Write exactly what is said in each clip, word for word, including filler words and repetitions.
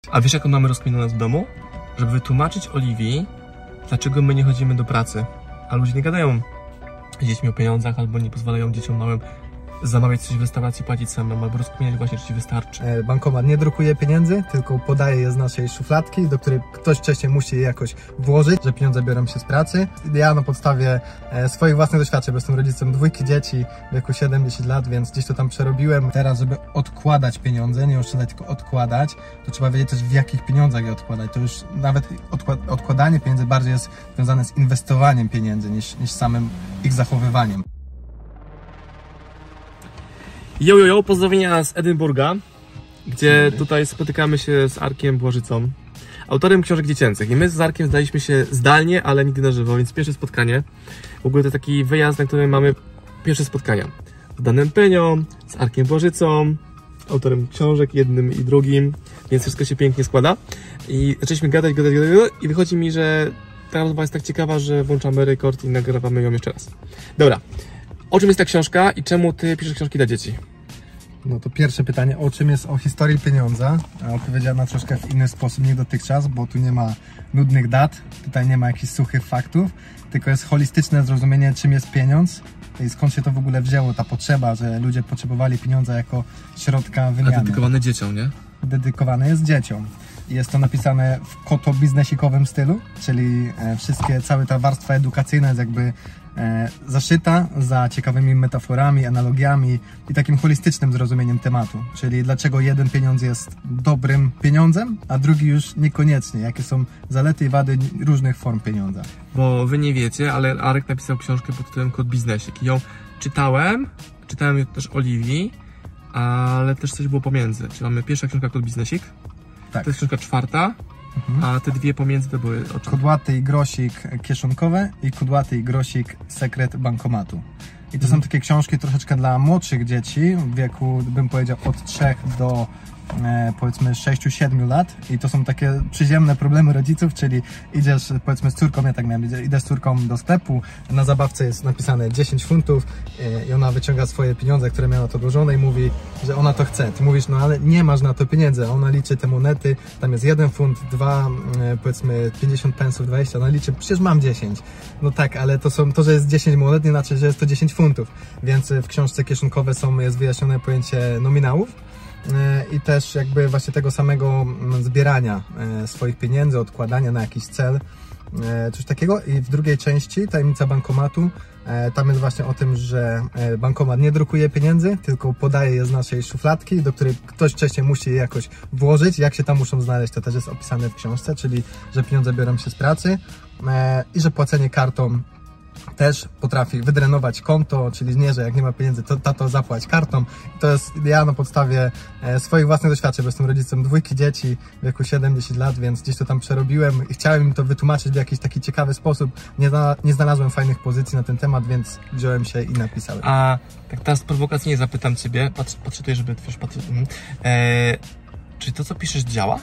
A wiesz, jaką mamy rozkminę u nas w domu? Żeby wytłumaczyć Oliwii, dlaczego my nie chodzimy do pracy. A ludzie nie gadają z dziećmi o pieniądzach, albo nie pozwalają dzieciom małym zamawiać coś w restauracji, płacić samemu, albo rozkminiać właśnie, czy ci wystarczy. Bankomat nie drukuje pieniędzy, tylko podaje je z naszej szufladki, do której ktoś wcześniej musi je jakoś włożyć, że pieniądze biorą się z pracy. Ja na podstawie swoich własnych doświadczeń, bo jestem rodzicem dwójki dzieci w wieku siedem do dziesięciu lat, więc gdzieś to tam przerobiłem. Teraz, żeby odkładać pieniądze, nie oszczędzać, tylko odkładać, to trzeba wiedzieć też, w jakich pieniądzach je odkładać. To już nawet odkład odkładanie pieniędzy bardziej jest związane z inwestowaniem pieniędzy niż, niż samym ich zachowywaniem. Jo, jo, jo, pozdrowienia z Edynburga, gdzie tutaj spotykamy się z Arkiem Błażycą, autorem książek dziecięcych. I my z Arkiem zdaliśmy się zdalnie, ale nigdy na żywo, więc pierwsze spotkanie. W ogóle to taki wyjazd, na którym mamy pierwsze spotkania. Z Danem Penią, z Arkiem Błażycą, autorem książek jednym i drugim, więc wszystko się pięknie składa. I zaczęliśmy gadać, gadać, gadać i wychodzi mi, że ta rozmowa jest tak ciekawa, że włączamy rekord i nagrywamy ją jeszcze raz. Dobra. O czym jest ta książka i czemu ty piszesz książki dla dzieci? No to pierwsze pytanie, o czym jest o historii pieniądza? A odpowiedziałem na troszkę w inny sposób niż dotychczas, bo tu nie ma nudnych dat, tutaj nie ma jakichś suchych faktów, tylko jest holistyczne zrozumienie, czym jest pieniądz i skąd się to w ogóle wzięło, ta potrzeba, że ludzie potrzebowali pieniądza jako środka wymiany. A dedykowane dzieciom, nie? Dedykowane jest dzieciom. Jest to napisane w koto-biznesikowym stylu, czyli wszystkie, cała ta warstwa edukacyjna jest jakby e, zaszyta za ciekawymi metaforami, analogiami i takim holistycznym zrozumieniem tematu. Czyli dlaczego jeden pieniądz jest dobrym pieniądzem, a drugi już niekoniecznie. Jakie są zalety i wady różnych form pieniądza. Bo wy nie wiecie, ale Arek napisał książkę pod tytułem Kod Biznesik i ją czytałem, czytałem ją też Oliwii, ale też coś było pomiędzy. Czyli mamy pierwsza książka Kod Biznesik, tak. To jest książka czwarta, mhm. A te dwie pomiędzy to były o czym? Kudłaty i grosik kieszonkowe i Kudłaty i grosik sekret bankomatu. I to mhm. są takie książki troszeczkę dla młodszych dzieci, w wieku, bym powiedział, od trzech do e, powiedzmy sześciu siedmiu lat. I to są takie przyziemne problemy rodziców, czyli idziesz powiedzmy z córką, ja tak miałem, idę z córką do sklepu, na zabawce jest napisane dziesięć funtów e, i ona wyciąga swoje pieniądze, które miała to dłużone i mówi, że ona to chce. Ty mówisz, no ale nie masz na to pieniędzy, a ona liczy te monety, tam jest jeden funt, dwa, e, powiedzmy pięćdziesiąt pensów, dwadzieścia, ona liczy, przecież mam dziesięć. No tak, ale to są, to, że jest dziesięć monet, nie znaczy, że jest to dziesięć funtów. Więc w książce kieszonkowe są, jest wyjaśnione pojęcie nominałów i też jakby właśnie tego samego zbierania swoich pieniędzy, odkładania na jakiś cel, coś takiego. I w drugiej części, tajemnica bankomatu, tam jest właśnie o tym, że bankomat nie drukuje pieniędzy, tylko podaje je z naszej szufladki, do której ktoś wcześniej musi je jakoś włożyć. Jak się tam muszą znaleźć, to też jest opisane w książce, czyli że pieniądze biorą się z pracy i że płacenie kartą też potrafi wydrenować konto, czyli nie, że jak nie ma pieniędzy, to tato zapłać kartą. To jest ja na podstawie swoich własnych doświadczeń, bo jestem rodzicem dwójki dzieci w wieku siedem do dziesięciu lat, więc gdzieś to tam przerobiłem i chciałem im to wytłumaczyć w jakiś taki ciekawy sposób. Nie, zna, nie znalazłem fajnych pozycji na ten temat, więc wziąłem się i napisałem. A tak teraz prowokacyjnie zapytam ciebie, patrz, patrzę tutaj, żeby wiesz, patrzę, eee, czy to, co piszesz, działa?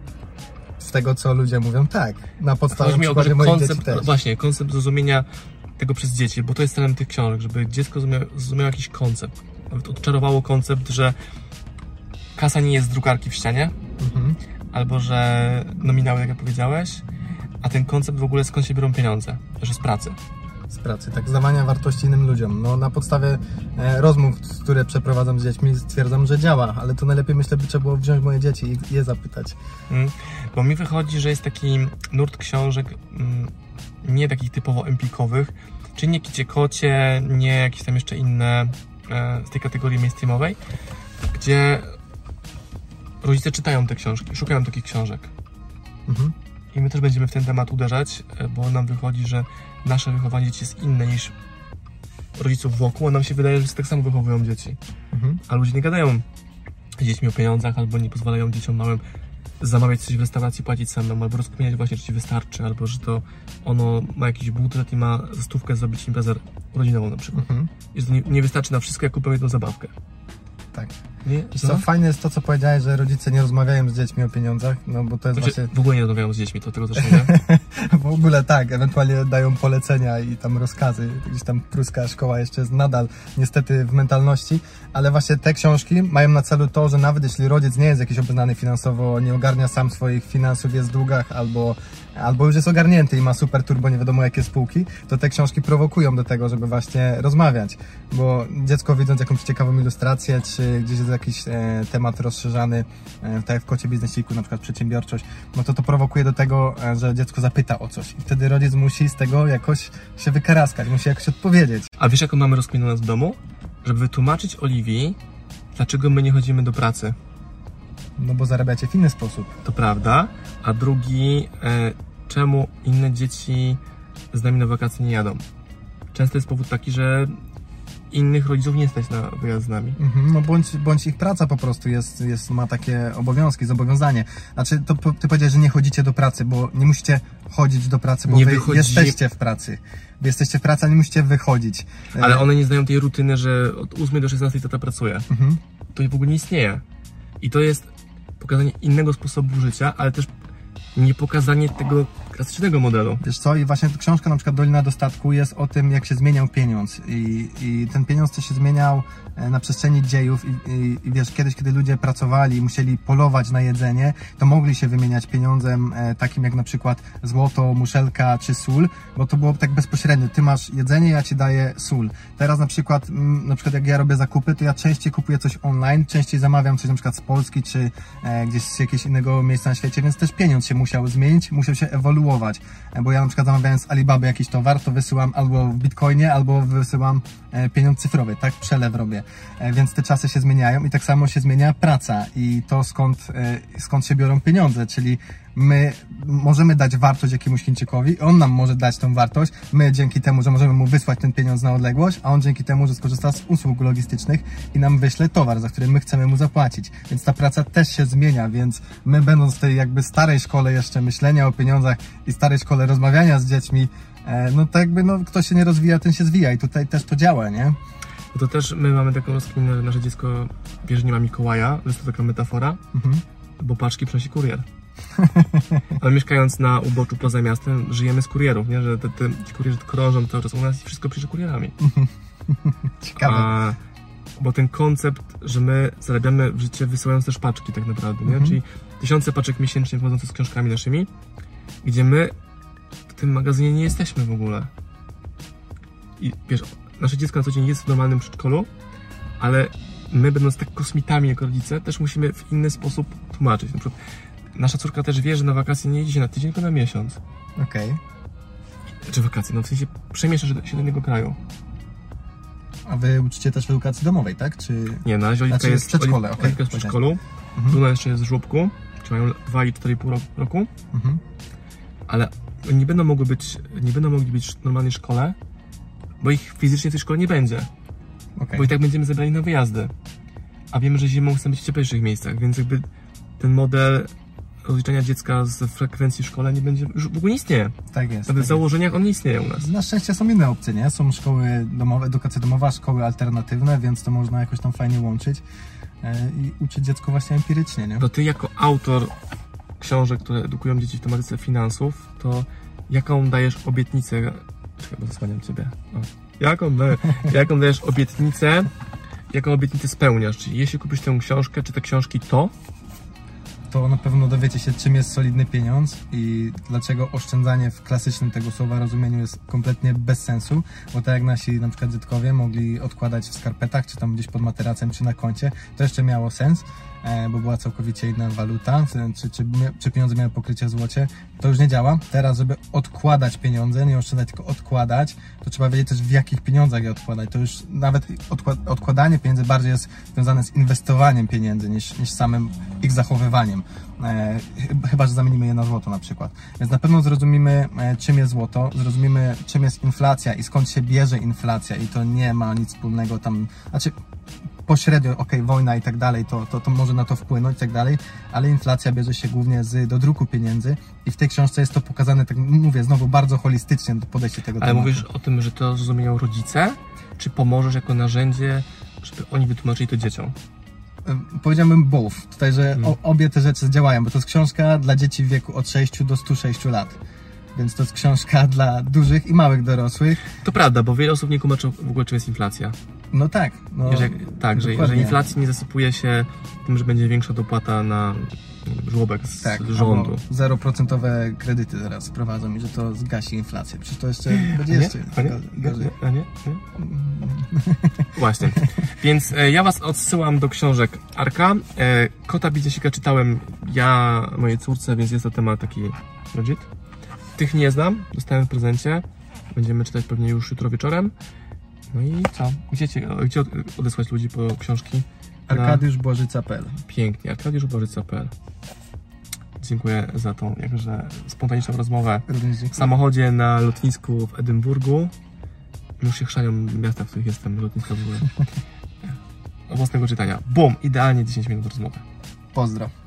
Z tego, co ludzie mówią, tak. Na podstawie Chodzi mi o to, że koncept, też. właśnie, koncept zrozumienia tego przez dzieci, bo to jest celem tych książek, żeby dziecko zrozumiało, zrozumiało jakiś koncept. Nawet odczarowało koncept, że kasa nie jest z drukarki w ścianie, mhm. albo że nominały, jak powiedziałeś, a ten koncept w ogóle skąd się biorą pieniądze, że z pracy. Z pracy, tak, zdawania wartości innym ludziom. No, na podstawie e, rozmów, które przeprowadzam z dziećmi, stwierdzam, że działa, ale to najlepiej, myślę, by trzeba było wziąć moje dzieci i je zapytać. Mm, bo mi wychodzi, że jest taki nurt książek mm, nie takich typowo empikowych, czyli nie Kicie Kocie, nie jakieś tam jeszcze inne e, z tej kategorii mainstreamowej, gdzie rodzice czytają te książki, szukają takich książek. Mhm. I my też będziemy w ten temat uderzać, bo nam wychodzi, że nasze wychowanie dzieci jest inne niż rodziców wokół, a nam się wydaje, że tak samo wychowują dzieci. Mhm. A ludzie nie gadają z dziećmi o pieniądzach, albo nie pozwalają dzieciom małym zamawiać coś w restauracji, płacić samemu, albo rozkminiać właśnie, czy ci wystarczy, albo że to ono ma jakiś budżet i ma za stówkę zrobić imprezę rodzinową na przykład. Mhm. I że to nie, nie wystarczy na wszystko, jak kupią jedną zabawkę. Tak. Nie? Co no? Fajne jest to, co powiedziałeś, że rodzice nie rozmawiają z dziećmi o pieniądzach, no bo to jest znaczy, właśnie... w ogóle nie rozmawiają z dziećmi, to tego też nie W ogóle tak, ewentualnie dają polecenia i tam rozkazy, gdzieś tam pruska szkoła jeszcze jest nadal niestety w mentalności, ale właśnie te książki mają na celu to, że nawet jeśli rodzic nie jest jakiś obeznany finansowo, nie ogarnia sam swoich finansów, jest w długach albo, albo już jest ogarnięty i ma super turbo, nie wiadomo jakie spółki, to te książki prowokują do tego, żeby właśnie rozmawiać, bo dziecko widząc jakąś ciekawą ilustrację, czy gdzieś jest jakiś e, temat rozszerzany, e, tak jak w Kocie Biznesiku, na przykład przedsiębiorczość, no to to prowokuje do tego, e, że dziecko zapyta o coś i wtedy rodzic musi z tego jakoś się wykaraskać, musi jakoś odpowiedzieć. A wiesz, jaką mamy rozkminę u nas w domu? Żeby wytłumaczyć Oliwii, dlaczego my nie chodzimy do pracy. No bo zarabiacie w inny sposób. To prawda. A drugi, e, czemu inne dzieci z nami na wakacje nie jadą? Często jest powód taki, że innych rodziców nie stać na wyjazd z nami. Mhm, no bądź, bądź ich praca po prostu jest, jest, ma takie obowiązki, zobowiązanie. Znaczy, to ty powiedziałeś, że nie chodzicie do pracy, bo nie musicie chodzić do pracy, bo nie wy wychodzi... jesteście w pracy. Wy jesteście w pracy, ale nie musicie wychodzić. Ale one nie znają tej rutyny, że od ósmej do szesnastej tata pracuje. Mhm. To w ogóle nie istnieje. I to jest pokazanie innego sposobu życia, ale też nie pokazanie tego klasycznego modelu. Wiesz co, i właśnie książka na przykład Dolina Dostatku jest o tym, jak się zmieniał pieniądz i, i ten pieniądz też się zmieniał na przestrzeni dziejów i, i, i wiesz, kiedyś, kiedy ludzie pracowali i musieli polować na jedzenie, to mogli się wymieniać pieniądzem e, takim jak na przykład złoto, muszelka czy sól, bo to było tak bezpośrednio, ty masz jedzenie, ja ci daję sól. Teraz na przykład, m, na przykład jak ja robię zakupy, to ja częściej kupuję coś online, częściej zamawiam coś na przykład z Polski czy e, gdzieś z jakiegoś innego miejsca na świecie, więc też pieniądz się musiał zmienić, musiał się ewoluować, e, bo ja na przykład zamawiając z Alibaby jakiś towar, to wysyłam albo w bitcoinie, albo wysyłam e, pieniądz cyfrowy, tak przelew robię. Więc te czasy się zmieniają i tak samo się zmienia praca i to skąd, skąd się biorą pieniądze, czyli my możemy dać wartość jakiemuś Chińczykowi, on nam może dać tą wartość, my dzięki temu, że możemy mu wysłać ten pieniądz na odległość, a on dzięki temu, że skorzysta z usług logistycznych i nam wyśle towar, za który my chcemy mu zapłacić. Więc ta praca też się zmienia, więc my będąc w tej jakby starej szkole jeszcze myślenia o pieniądzach i starej szkole rozmawiania z dziećmi, no to jakby no, kto się nie rozwija, ten się zwija i tutaj też to działa, nie? To też my mamy taką rozkminę, że nasze dziecko wie, że nie ma Mikołaja, jest to taka metafora, mhm. bo paczki przynosi kurier. Ale mieszkając na uboczu poza miastem, żyjemy z kurierów, nie? Że te, te, ci kurierzy krążą cały czas u nas i wszystko przyjdzie kurierami. Ciekawe. A, bo ten koncept, że my zarabiamy w życie wysyłając też paczki tak naprawdę, nie? Mhm. Czyli tysiące paczek miesięcznie wchodzące z książkami naszymi, gdzie my w tym magazynie nie jesteśmy w ogóle. I wiesz, nasze dziecko na co dzień jest w normalnym przedszkolu, ale my, będąc tak kosmitami jako rodzice, też musimy w inny sposób tłumaczyć. Na przykład nasza córka też wie, że na wakacje nie jedzie na tydzień, tylko na miesiąc. Okej. Okay. Czy wakacje? No w sensie przemiesza się do innego kraju. A wy uczycie też w edukacji domowej, tak? Czy... Nie, na razie Oliwka znaczy, jest w przedszkole. Okay. Oliwka jest w przedszkolu, mhm. Luna jeszcze jest w żłobku, czy mają dwa i cztery i pół roku. Mhm. Ale nie będą mogły być, nie będą mogli być w normalnej szkole, bo ich fizycznie w tej szkole nie będzie. Okay. Bo i tak będziemy zabrali na wyjazdy. A wiemy, że zimą chcemy być w cieplejszych miejscach, więc jakby ten model rozliczania dziecka z frekwencji w szkole nie będzie, już w ogóle nie istnieje. Tak jest. Tak w założeniach jest. On nie istnieje u nas. Na szczęście są inne opcje, nie? Są szkoły domowe, edukacja domowa, szkoły alternatywne, więc to można jakoś tam fajnie łączyć i uczyć dziecko właśnie empirycznie, nie? To ty jako autor książek, które edukują dzieci w tematyce finansów, to jaką dajesz obietnicę? Czekaj, bo zasłaniam ciebie. O. Jaką, daje, jaką dajesz obietnicę, jaką obietnicę spełniasz? Czyli jeśli kupisz tę książkę, czy te książki to? To na pewno dowiecie się, czym jest solidny pieniądz i dlaczego oszczędzanie w klasycznym tego słowa rozumieniu jest kompletnie bez sensu, bo tak jak nasi na przykład dziadkowie mogli odkładać w skarpetach, czy tam gdzieś pod materacem, czy na koncie, to jeszcze miało sens, bo była całkowicie inna waluta, czy, czy, czy pieniądze miały pokrycie w złocie, to już nie działa. Teraz, żeby odkładać pieniądze, nie oszczędzać, tylko odkładać, to trzeba wiedzieć też, w jakich pieniądzach je odkładać. To już nawet odkład odkładanie pieniędzy bardziej jest związane z inwestowaniem pieniędzy niż, niż samym ich zachowywaniem. E, chyba że zamienimy je na złoto na przykład. Więc na pewno zrozumimy, e, czym jest złoto, zrozumimy, czym jest inflacja i skąd się bierze inflacja i to nie ma nic wspólnego tam, znaczy pośrednio, okej, okay, wojna i tak dalej, to, to, to może na to wpłynąć i tak dalej, ale inflacja bierze się głównie z dodruku pieniędzy i w tej książce jest to pokazane, tak mówię, znowu bardzo holistycznie podejście tego ale tematu. Ale mówisz o tym, że to zrozumieją rodzice, czy pomożesz jako narzędzie, żeby oni wytłumaczyli to dzieciom? Powiedziałbym both. Tutaj, że Mm. o, obie te rzeczy działają, bo to jest książka dla dzieci w wieku od sześciu do stu sześciu lat. Więc to jest książka dla dużych i małych dorosłych. To prawda, bo wiele osób nie kumaczy w ogóle czym jest inflacja. No tak. No, Jeżeli, tak, że, że dokładnie. inflacja nie zasypuje się tym, że będzie większa dopłata na żłobek z Tak, rządu. albo zeroprocentowe kredyty teraz prowadzą i że to zgasi inflację. Przecież to jeszcze będzie A nie? jeszcze A nie? gorzej. A nie? Nie? Właśnie. Więc e, ja was odsyłam do książek Arka. E, Kota Bidziasika czytałem ja mojej córce, więc jest to temat taki legit. Tych nie znam, dostałem w prezencie. Będziemy czytać pewnie już jutro wieczorem. No i co? Gdzie, cię, gdzie odesłać ludzi po książki? Na... Arkadiusz Bożyca kropka p l. Pięknie, arkadiusz bożyca kropka p l. Dziękuję za tą jakże spontaniczną rozmowę w samochodzie na lotnisku w Edynburgu. Już się chrzanią miasta, w których jestem, lotniska w ogóle. Własnego czytania. Bum! Idealnie dziesięć minut rozmowy. Pozdro.